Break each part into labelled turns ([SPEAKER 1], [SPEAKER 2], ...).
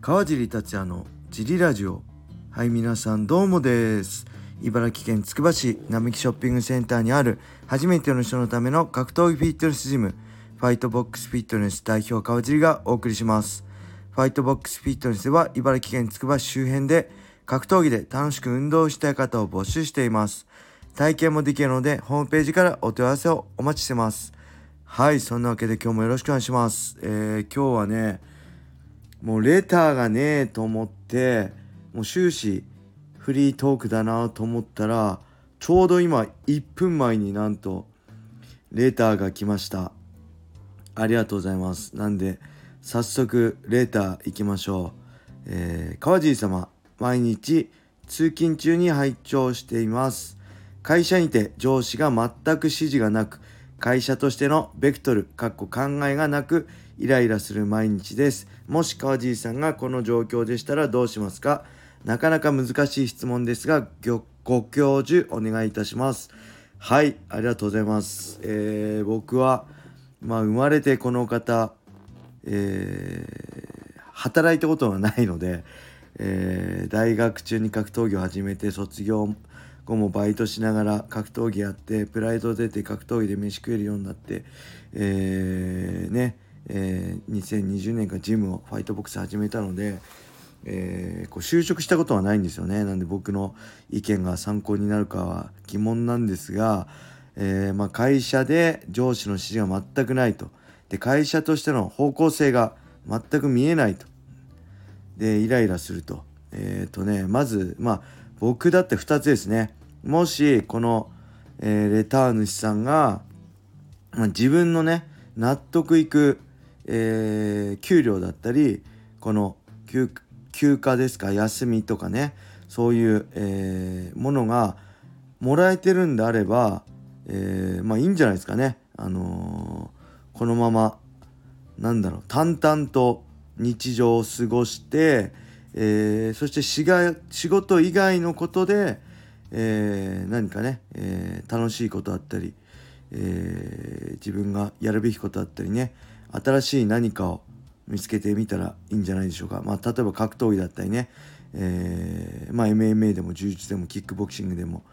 [SPEAKER 1] 川尻達也のジリラジオ。はい、皆さんどうもです。茨城県つくば市並木ショッピングセンターにある初めての人のための格闘技フィットネスジム、ファイトボックスフィットネス代表川尻がお送りします。ファイトボックスフィットネスでは茨城県つくば市周辺で格闘技で楽しく運動したい方を募集しています。体験もできるのでホームページからお問い合わせをお待ちしてます。はい、そんなわけで今日もよろしくお願いします。今日はね、もうレターがねえと思って、もう終始フリートークだなと思ったら、ちょうど今1分前になんとレターが来ました。ありがとうございます。なんで早速レター行きましょう。川尻様、毎日通勤中に拝聴しています。会社にて上司が全く指示がなく、会社としてのベクトル考えがなく、イライラする毎日です。もし川尻さんがこの状況でしたらどうしますか？なかなか難しい質問ですが、ご教授お願いいたします。はい、ありがとうございます。僕は生まれてこの方、働いたことはないので、大学中に格闘技を始めて、卒業後もバイトしながら格闘技やって、プライド出て格闘技で飯食えるようになって、2020年からジムをファイトボックス始めたので、就職したことはないんですよね。なんで僕の意見が参考になるかは疑問なんですが、会社で上司の指示が全くないと。で、会社としての方向性が全く見えないと。で、イライラすると。まず、僕だって2つですね。もし、この、レター主さんが、自分のね、納得いく、給料だったり、この休暇ですか、休みとかね、そういう、ものがもらえてるんであれば、いいんじゃないですかね。このまま淡々と日常を過ごして、そして仕事以外のことで、何かね、楽しいことあったり、自分がやるべきことあったりね、新しい何かを見つけてみたらいいんじゃないでしょうか。例えば格闘技だったりね、MMA でも柔術でもキックボクシングでも、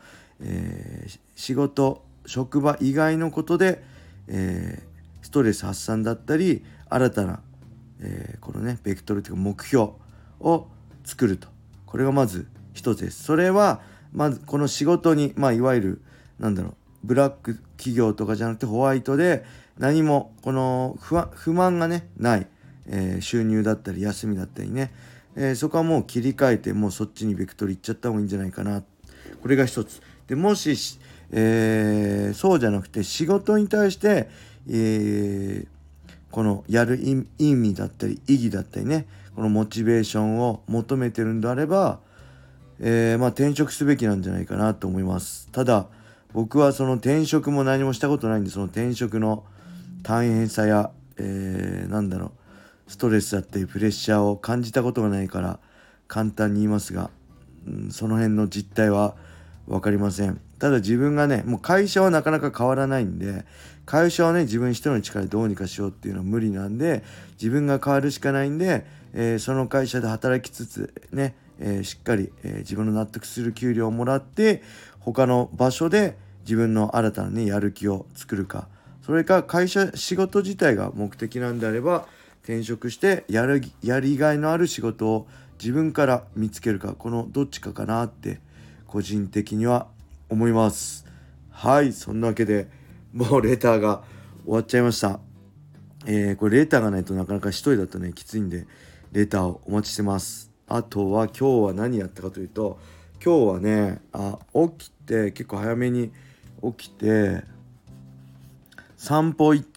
[SPEAKER 1] 職場以外のことで、ストレス発散だったり、新たな、このねベクトルというか目標を作ると。これがまず一つです。それはまずこの仕事に、いわゆるブラック企業とかじゃなくてホワイトで何もこの不満がねない、収入だったり休みだったりね、そこはもう切り替えて、もうそっちにベクトルいっちゃった方がいいんじゃないかな。これが一つで、もし、そうじゃなくて仕事に対して、このやる意味だったり意義だったりね、このモチベーションを求めてるんであれば、転職すべきなんじゃないかなと思います。ただ僕はその転職も何もしたことないんで、その転職の大変さや、ストレスだったりプレッシャーを感じたことがないから簡単に言いますが、その辺の実態は分かりません。ただ自分がね、もう会社はなかなか変わらないんで、会社はね自分一人の力でどうにかしようっていうのは無理なんで、自分が変わるしかないんで、その会社で働きつつね、しっかり、自分の納得する給料をもらって、他の場所で自分の新たなねやる気を作るか、それか仕事自体が目的なんであれば転職してやりがいのある仕事を自分から見つけるか、このどっちかかなって個人的には思います。はい、そんなわけでもうレターが終わっちゃいました。これレターがないとなかなか一人だとねきついんで、レターをお待ちしてます。あとは今日は何やったかというと、今日はね起きて結構早めに起きて散歩行って、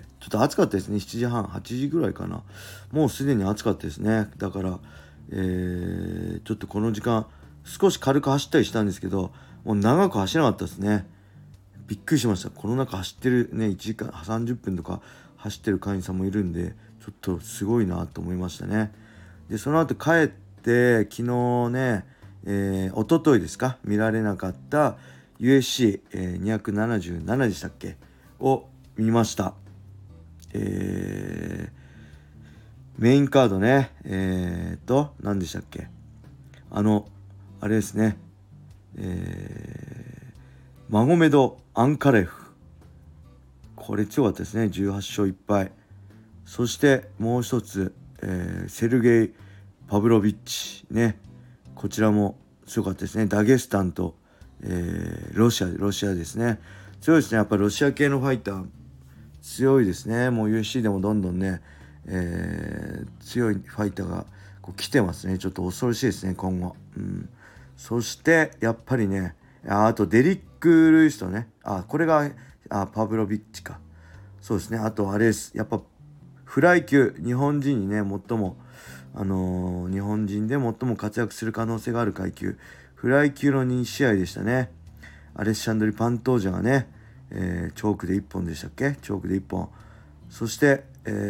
[SPEAKER 1] ちょっと暑かったですね。7時半8時ぐらいかな。もうすでに暑かったですね。だから、ちょっとこの時間少し軽く走ったりしたんですけど、もう長く走らなかったですね。びっくりしました。この中走ってるね、1時間30分とか走ってる会員さんもいるんで、ちょっとすごいなと思いましたね。でその後帰って昨日ね、一昨日ですか、見られなかった USC277 でしたっけを見ました。 メインカードね、何でしたっけ、あれですね、マゴメド・アンカレフ、これ強かったですね。18勝1敗。そしてもう一つ、セルゲイ・パブロビッチね、こちらも強かったですね。ダゲスタンと、ロシアですね。強いですね。やっぱりロシア系のファイター強いですね。もう UFC でもどんどんね、強いファイターがこう来てますね。ちょっと恐ろしいですね今後。そしてやっぱりね、あとデリック・ルイスとね、これがパブロビッチか。そうですね。あとあれです。やっぱフライ級、日本人にね最も日本人で最も活躍する可能性がある階級、フライ級の2試合でしたね。アレッシャンドリ・パントージャがね、チョークで1本でしたっけ、チョークで1本。そして、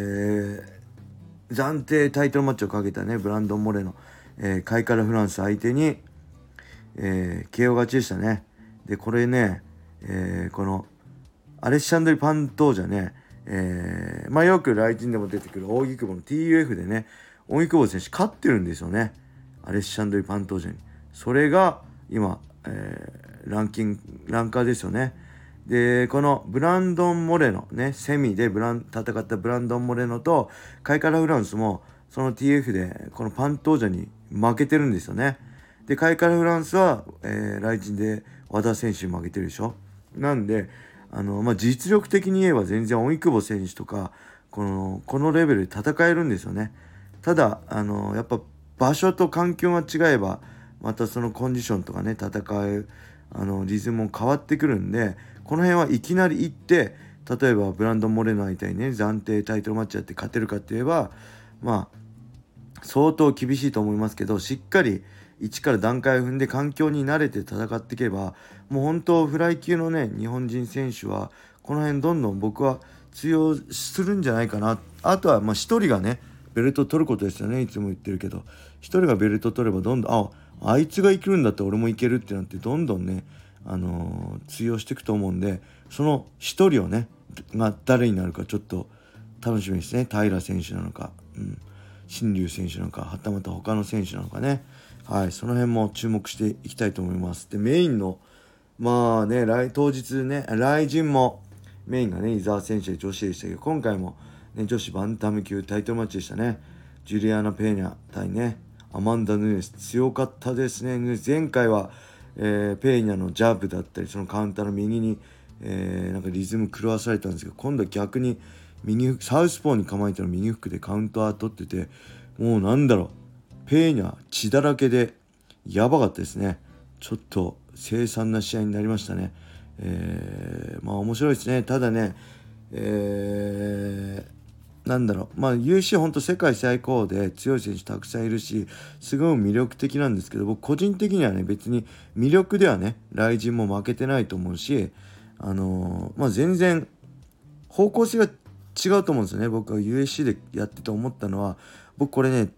[SPEAKER 1] 暫定タイトルマッチをかけたねブランドン・モレノ、カイカラ・フランス相手に、KO 勝ちでしたね。でこれね、このアレッシャンドリ・パントージャね、よくライジンでも出てくる扇久保の TUF でね、扇久保選手勝ってるんですよね、アレッシャンドリ・パントージャに。それが今、ランカーですよね。でこのブランドン・モレノね、セミで戦ったブランドン・モレノとカイカラ・フランスもその TF でこのパントージャに負けてるんですよね。でカイカラ・フランスは、ライジンで和田選手に負けてるでしょ。なんで実力的に言えば全然荻久保選手とかこのレベルで戦えるんですよね。ただやっぱ場所と環境が違えばまたそのコンディションとかね、戦うリズムも変わってくるんで、この辺はいきなり行って例えばブランドン・モレノ相手にね暫定タイトルマッチやって勝てるかって言えば相当厳しいと思いますけど、しっかり一から段階を踏んで環境に慣れて戦っていけば、もう本当フライ級のね日本人選手はこの辺どんどん僕は通用するんじゃないかな。あとは一人がねベルト取ることですよね。いつも言ってるけど、一人がベルト取ればどんどんあいつがいけるんだったら俺もいけるってなってどんどんね、通用していくと思うんで、その一人をねが誰になるかちょっと楽しみですね。平選手なのか、新竜選手なのか、はたまた他の選手なのかね。はい、その辺も注目していきたいと思います。でメインの当日ね来陣もメインがね伊沢選手で女子でしたけど、今回も、ね、女子バンタム級タイトルマッチでしたね。ジュリアナ・ペーニャ対ねアマンダ・ヌネス、強かったですね。前回は、ペーニャのジャブだったりそのカウンターの右に、なんかリズム狂わされたんですけど、今度は逆にサウスポーに構えての右フックでカウンター取ってて、もうペーニャ血だらけでやばかったですね。ちょっと凄惨な試合になりましたね。面白いですね。ただね、UFC 本当世界最高で強い選手たくさんいるしすごい魅力的なんですけど、僕個人的にはね別に魅力ではねライジンも負けてないと思うし、全然方向性が違うと思うんですよね。僕が UFC でやってて思ったのは、僕これね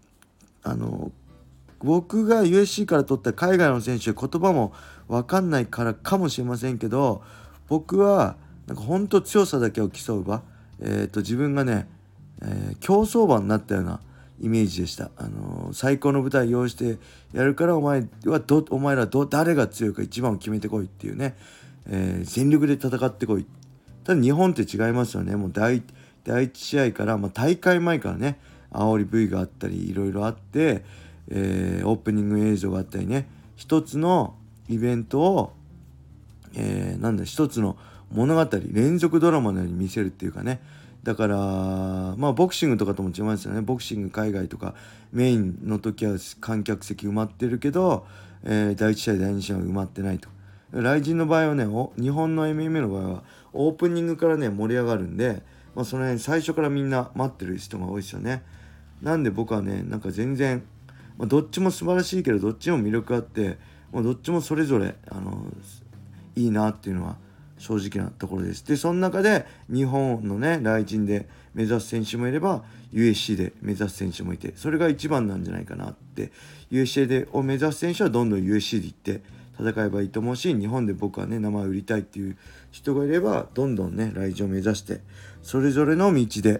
[SPEAKER 1] 僕が USC から取った海外の選手、言葉も分かんないからかもしれませんけど、僕はなんか本当強さだけを競う場、自分がね、競走馬になったようなイメージでした。最高の舞台用意してやるからお前ら誰が強いか一番を決めてこいっていうね、全力で戦ってこい。ただ日本って違いますよね。もう第1試合から、大会前からね煽り V があったりいろいろあって、オープニング映像があったりね、一つのイベントを、一つの物語連続ドラマのように見せるっていうかね。だからボクシングとかとも違いますよね。ボクシング海外とかメインの時は観客席埋まってるけど、第1試合第2試合は埋まってないと。ライジンの場合はね日本の MMA の場合はオープニングからね盛り上がるんで、その辺最初からみんな待ってる人が多いですよね。なんで僕はねなんか全然どっちも素晴らしいけどどっちも魅力あって、どっちもそれぞれいいなっていうのは正直なところです。でその中で日本のね来人で目指す選手もいれば USC で目指す選手もいて、それが一番なんじゃないかなって。 USC を目指す選手はどんどん USC で行って戦えばいいと思うし、日本で僕はね名前を売りたいっていう人がいればどんどんね来人を目指してそれぞれの道で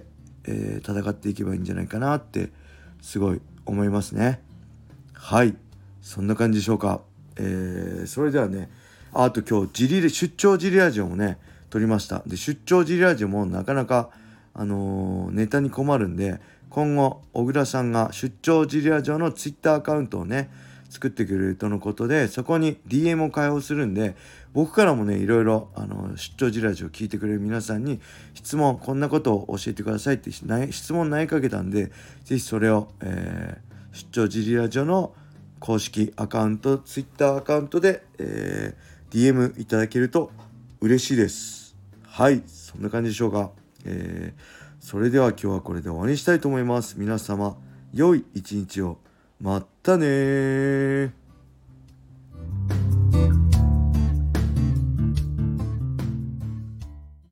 [SPEAKER 1] 戦っていけばいいんじゃないかなってすごい思いますね。はい、そんな感じでしょうか。それではね、あと今日出張ジリラジオもね撮りました。で出張ジリラジオもなかなかネタに困るんで、今後小倉さんが出張ジリラジオのツイッターアカウントをね作ってくれるとのことで、そこに DM を開放するんで、僕からもねいろいろ出張ジリラジオを聞いてくれる皆さんに質問、こんなことを教えてくださいって質問投げかけたんで、ぜひそれを、出張ジリラジオの公式アカウント、ツイッターアカウントで、DM いただけると嬉しいです。はい、そんな感じでしょうか。それでは今日はこれで終わりにしたいと思います。皆様良い一日を。またねー。